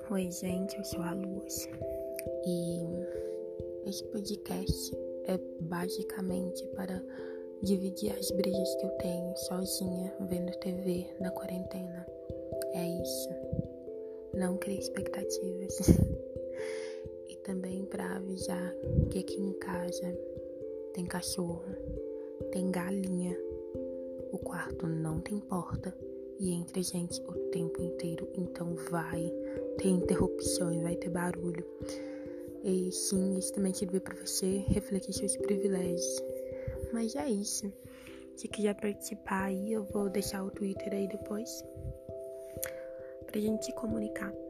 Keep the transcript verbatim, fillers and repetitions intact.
Oi, gente, eu sou a Luz e esse podcast é basicamente para dividir as brisas que eu tenho sozinha vendo T V na quarentena. É isso. Não crie expectativas. E também para avisar que aqui em casa tem cachorro, tem galinha, o quarto não tem porta e entra gente o tempo inteiro, então vai ter interrupções, vai ter barulho. E sim, isso também serve para você refletir seus privilégios. Mas é isso. Se quiser participar aí, eu vou deixar o Twitter aí depois pra gente se comunicar.